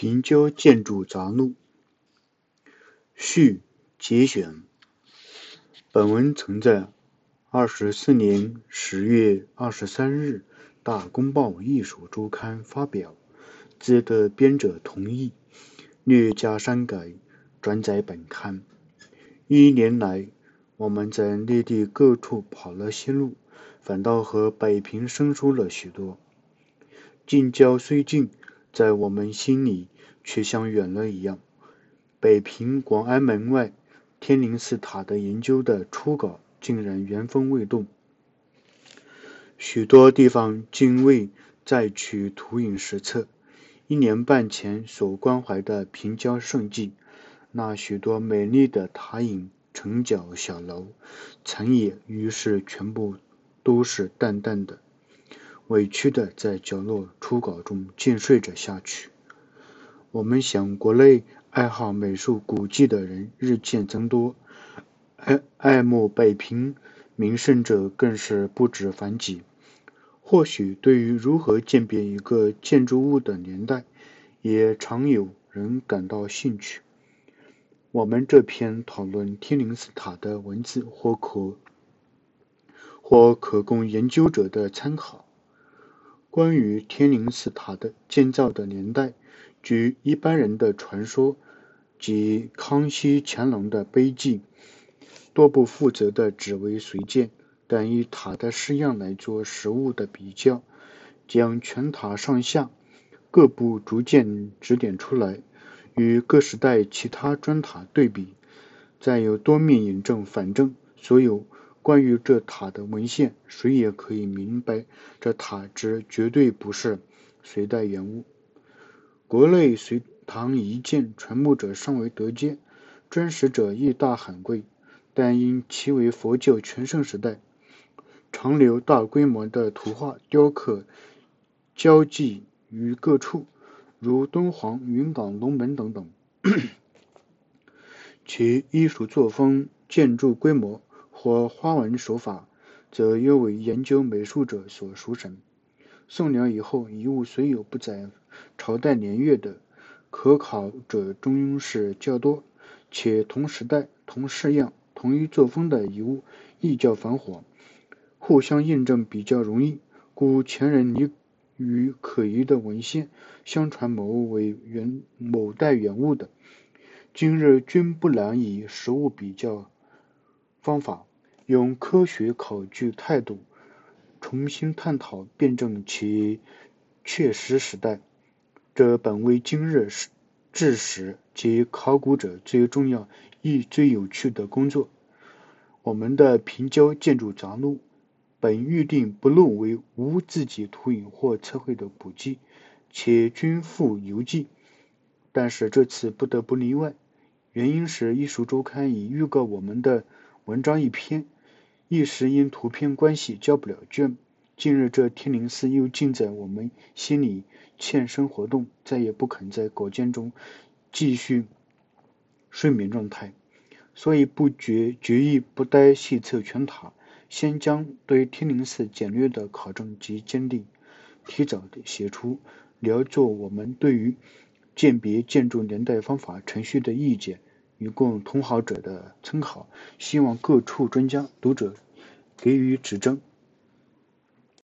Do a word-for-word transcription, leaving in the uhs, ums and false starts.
平交建筑杂录序节选。本文曾在二十四年十月二十三日大公报艺术周刊发表，兹得编者同意，略加删改，转载本刊。一年来，我们在内地各处跑了些路，反倒和北平生疏了许多。近郊虽近，在我们心里却像远了一样。北平广安门外天宁寺塔的研究的初稿竟然原封未动，许多地方竟未再取图影实测。一年半前所关怀的平交胜迹，那许多美丽的塔影、城角小楼、残野，于是全部都是淡淡的、委屈的在角落初稿中渐睡着下去。我们想，国内爱好美术古迹的人日渐增多，爱爱慕北平名胜者更是不止凡几。或许对于如何鉴别一个建筑物的年代，也常有人感到兴趣。我们这篇讨论天宁寺塔的文字或可或可供研究者的参考。关于天宁寺塔的建造的年代，据一般人的传说及康熙、乾隆的碑记，多不负责的只为随见，但以塔的式样来做实物的比较，将全塔上下各部逐渐指点出来，与各时代其他砖塔对比，再有多面引证反证所有关于这塔的文献，谁也可以明白，这塔之绝对不是隋代原物。国内隋唐遗建传目者尚未得见，专识者亦大罕贵，但因其为佛教全盛时代，常留大规模的图画雕刻交际于各处，如敦煌、云冈、龙门等等。其艺术作风、建筑规模或花纹手法，则尤为研究美术者所熟审。宋辽以后，遗物虽有不载朝代年月的，可考者终是较多，且同时代、同式样、同一作风的遗物亦较繁活，互相印证比较容易，故前人拟与可疑的文献相传某物为原某代原物的，今日均不难以实物比较方法，用科学考据态度重新探讨辩证其确实时代。这本为今日志识及考古者最重要亦最有趣的工作。我们的平交建筑杂录本预定不录为无自己图影或测绘的古迹，且均附游记，但是这次不得不例外，原因是艺术周刊已预告我们的文章一篇，一时因图片关系交不了卷。近日这天宁寺又尽在我们心里欠身活动，再也不肯在稿件中继续睡眠状态，所以不决决议不待细测全塔，先将对天宁寺简略的考证及鉴定提早的写出，聊作我们对于鉴别建筑年代方法程序的意见，以供同好者的参考，希望各处专家读者给予指正。